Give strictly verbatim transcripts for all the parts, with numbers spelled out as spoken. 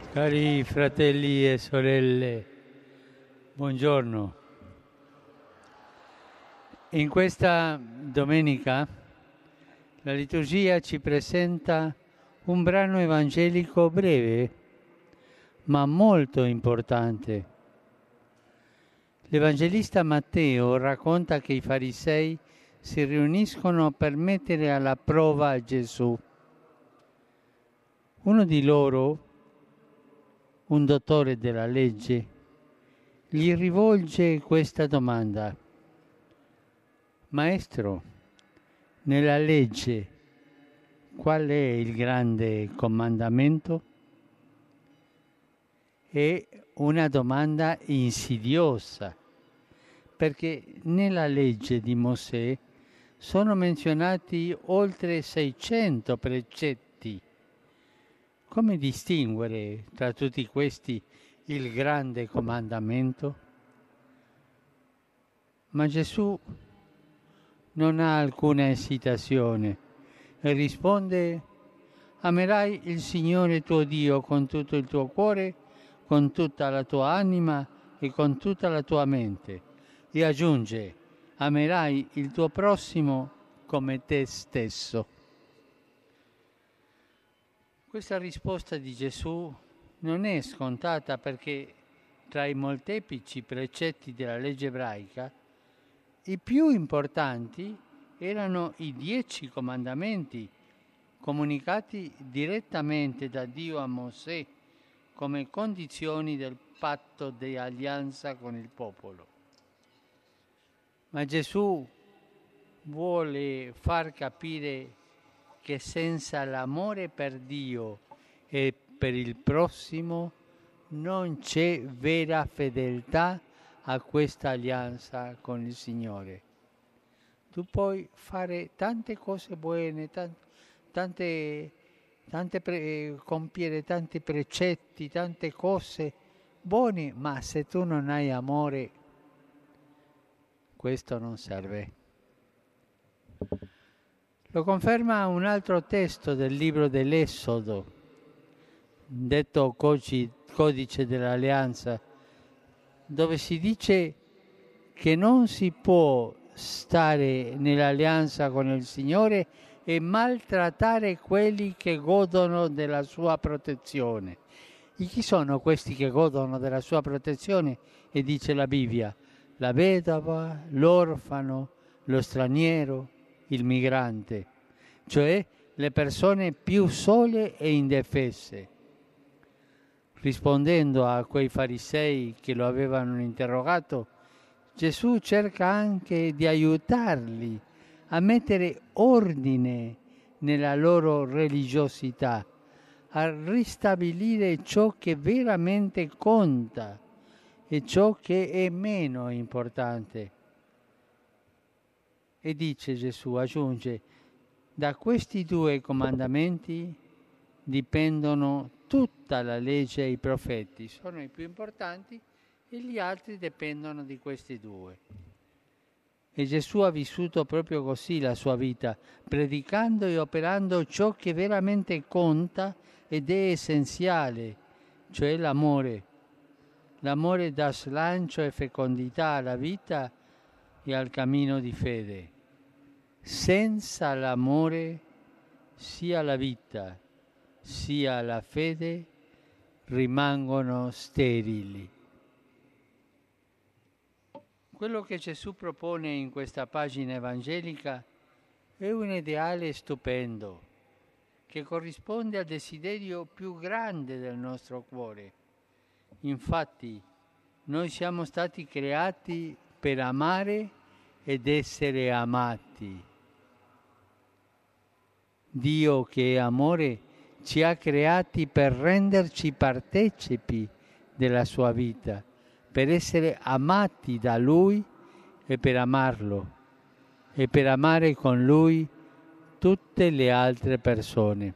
Cari fratelli e sorelle, buongiorno. In questa domenica la liturgia ci presenta un brano evangelico breve, ma molto importante. L'Evangelista Matteo racconta che i farisei si riuniscono per mettere alla prova Gesù. Uno di loro, un dottore della legge, gli rivolge questa domanda: Maestro, nella legge qual è il grande comandamento? È una domanda insidiosa, perché nella legge di Mosè sono menzionati oltre seicento precetti. Come distinguere tra tutti questi il grande comandamento? Ma Gesù non ha alcuna esitazione e risponde: amerai il Signore tuo Dio con tutto il tuo cuore, con tutta la tua anima e con tutta la tua mente. E aggiunge: amerai il tuo prossimo come te stesso. Questa risposta di Gesù non è scontata, perché tra i molteplici precetti della legge ebraica i più importanti erano i dieci comandamenti comunicati direttamente da Dio a Mosè come condizioni del patto di alleanza con il popolo. Ma Gesù vuole far capire che senza l'amore per Dio e per il prossimo non c'è vera fedeltà a questa alleanza con il Signore. Tu puoi fare tante cose buone, tante, tante pre, compiere tanti precetti, tante cose buone, ma se tu non hai amore, questo non serve. Lo conferma un altro testo del libro dell'Esodo, detto codice dell'alleanza, dove si dice che non si può stare nell'alleanza con il Signore e maltrattare quelli che godono della sua protezione. E chi sono questi che godono della sua protezione? E dice la Bibbia: la vedova, l'orfano, lo straniero, il migrante, cioè le persone più sole e indefesse. Rispondendo a quei farisei che lo avevano interrogato, Gesù cerca anche di aiutarli a mettere ordine nella loro religiosità, a ristabilire ciò che veramente conta e ciò che è meno importante. E dice Gesù, aggiunge: da questi due comandamenti dipendono tutta la legge e i profeti. Sono i più importanti e gli altri dipendono di questi due. E Gesù ha vissuto proprio così la sua vita, predicando e operando ciò che veramente conta ed è essenziale, cioè l'amore. L'amore dà slancio e fecondità alla vita e al cammino di fede. Senza l'amore sia la vita sia la fede rimangono sterili. Quello che Gesù propone in questa pagina evangelica è un ideale stupendo che corrisponde al desiderio più grande del nostro cuore. Infatti, noi siamo stati creati per amare ed essere amati. Dio, che è amore, ci ha creati per renderci partecipi della sua vita, per essere amati da Lui e per amarlo, e per amare con Lui tutte le altre persone.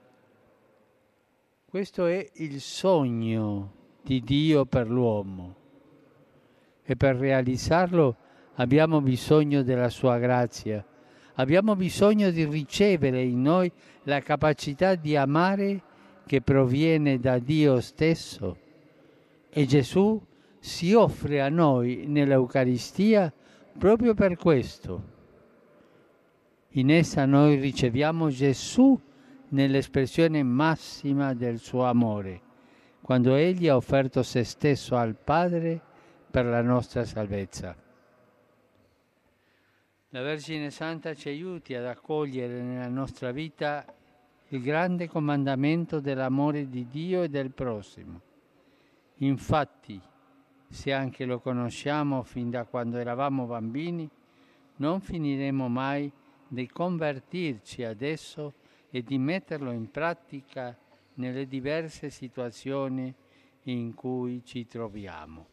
Questo è il sogno di Dio per l'uomo, e per realizzarlo abbiamo bisogno della sua grazia. Abbiamo bisogno di ricevere in noi la capacità di amare che proviene da Dio stesso. E Gesù si offre a noi nell'Eucaristia proprio per questo. In essa noi riceviamo Gesù nell'espressione massima del suo amore, quando Egli ha offerto se stesso al Padre per la nostra salvezza. La Vergine Santa ci aiuti ad accogliere nella nostra vita il grande comandamento dell'amore di Dio e del prossimo. Infatti, se anche lo conosciamo fin da quando eravamo bambini, non finiremo mai di convertirci ad esso e di metterlo in pratica nelle diverse situazioni in cui ci troviamo.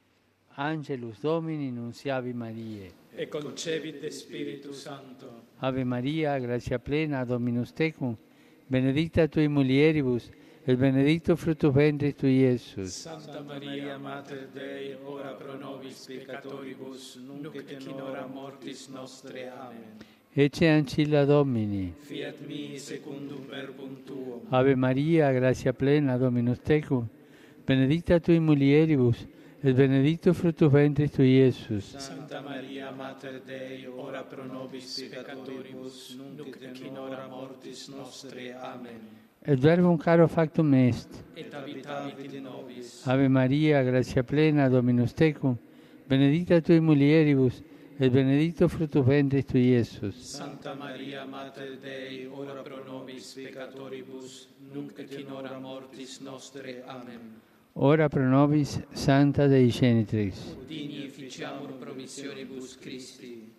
Angelus Domini, nuntiavi Mariae. E concepit Spiritus Sancto. Ave Maria, grazia plena, Dominus tecum, benedicta tui mulieribus, et benedictus fructus ventris tui, Iesus. Santa Maria, Mater Dei, ora pro nobis peccatoribus, nunc et in hora mortis nostre. Amen. Ecce ancilla Domini. Fiat mi secundum verbum tuum. Ave Maria, grazia plena, Dominus tecum, benedicta tui mulieribus, et benedictus fructus ventris tui, Iesus. Santa Maria, Mater Dei, ora pro nobis peccatoribus, nunc et in hora mortis nostre. Amen. Et verbum caro factum est. Et habitavit in nobis. Ave Maria, grazia plena, Dominus tecum, benedicta tui mulieribus, et benedictus fructus ventris tui, Iesus. Santa Maria, Mater Dei, ora pro nobis peccatoribus, nunc et in hora mortis nostre. Amen. Ora pro nobis, Santa Dei Genitrix. Udini ficiamur promissionibus Christi.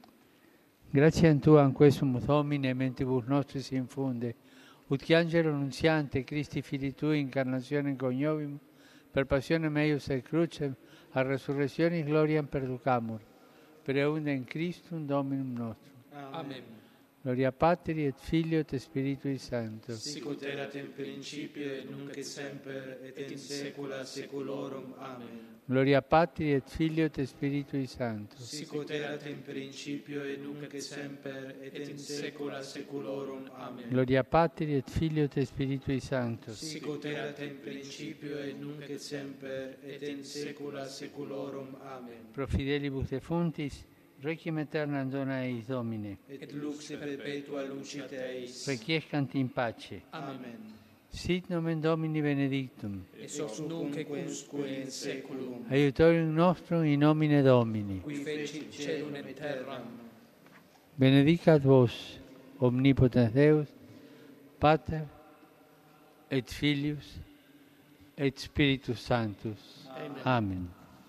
Grazie a Tu, an quesum Domine, mentibus nostris infunde, ut che angelo nunziante, Christi Fili Tui, incarnazione coniovim, per passione meius et crucem, a resurrectionis gloriam perducamur, per eundem Christum Dominum nostrum. Amen. Gloria Patri et Filio et Spiritui Sancto. Sicut erat in principio et nunc et semper et in saecula saeculorum. Amen. Gloria Patri et Filio et Spiritui Sancto. Sicut erat in principio et nunc et semper et in saecula saeculorum. Amen. Gloria Patri et Filio et Spiritui Sancto. Sicut erat in principio et nunc et semper et in saecula saeculorum. Amen. Pro fidelibus defuntis, requiem aeternam dona eis Domine. Et lux perpetua lucet eis. Requiescant in pace. Amen. Sit nomen Domini benedictum. Et hoc nunc et usque in saeculum. Aiutorium nostrum in nomine Domini. Qui fecit caelum et terram. Benedicat vos, omnipotens Deus, Pater et Filius et Spiritus Sanctus. Amen. Amen.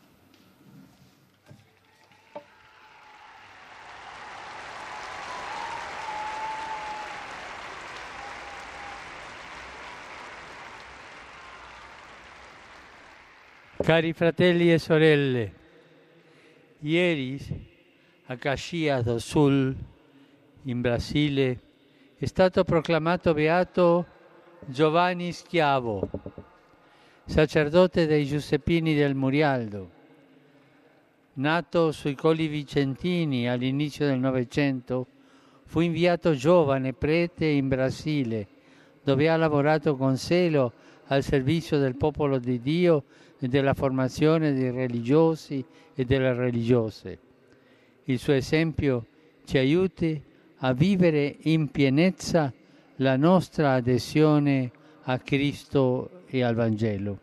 Cari fratelli e sorelle, ieri a Caxias do Sul, in Brasile, è stato proclamato beato Giovanni Schiavo, sacerdote dei Giuseppini del Murialdo. Nato sui Colli Vicentini all'inizio del Novecento, fu inviato giovane prete in Brasile, dove ha lavorato con zelo al servizio del popolo di Dio e della formazione dei religiosi e delle religiose. Il suo esempio ci aiuti a vivere in pienezza la nostra adesione a Cristo e al Vangelo.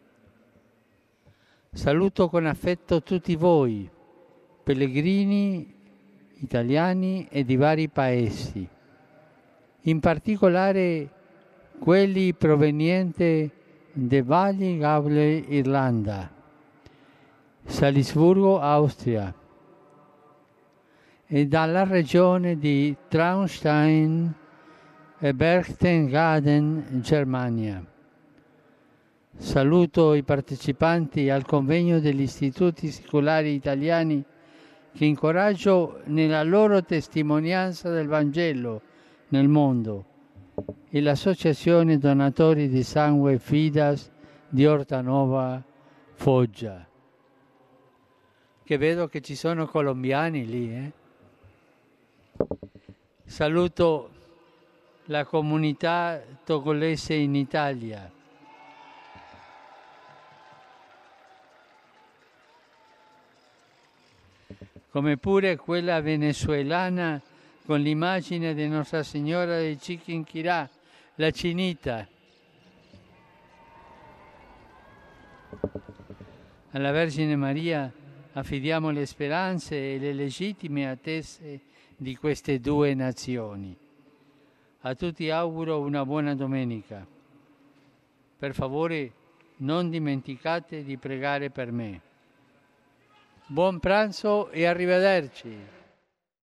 Saluto con affetto tutti voi, pellegrini italiani e di vari paesi, in particolare quelli provenienti da Valli Gable, Irlanda, Salisburgo, Austria, e dalla regione di Traunstein e Berchtesgaden, Germania. Saluto i partecipanti al convegno degli istituti secolari italiani che incoraggio nella loro testimonianza del Vangelo nel mondo, e l'Associazione Donatori di Sangue Fidas di Ortanova, Foggia. Che vedo che ci sono colombiani lì. Eh? Saluto la comunità togolese in Italia. Come pure quella venezuelana con l'immagine di Nostra Signora di Chiquinquirá, la Chinita. Alla Vergine Maria affidiamo le speranze e le legittime attese di queste due nazioni. A tutti auguro una buona domenica. Per favore, non dimenticate di pregare per me. Buon pranzo e arrivederci.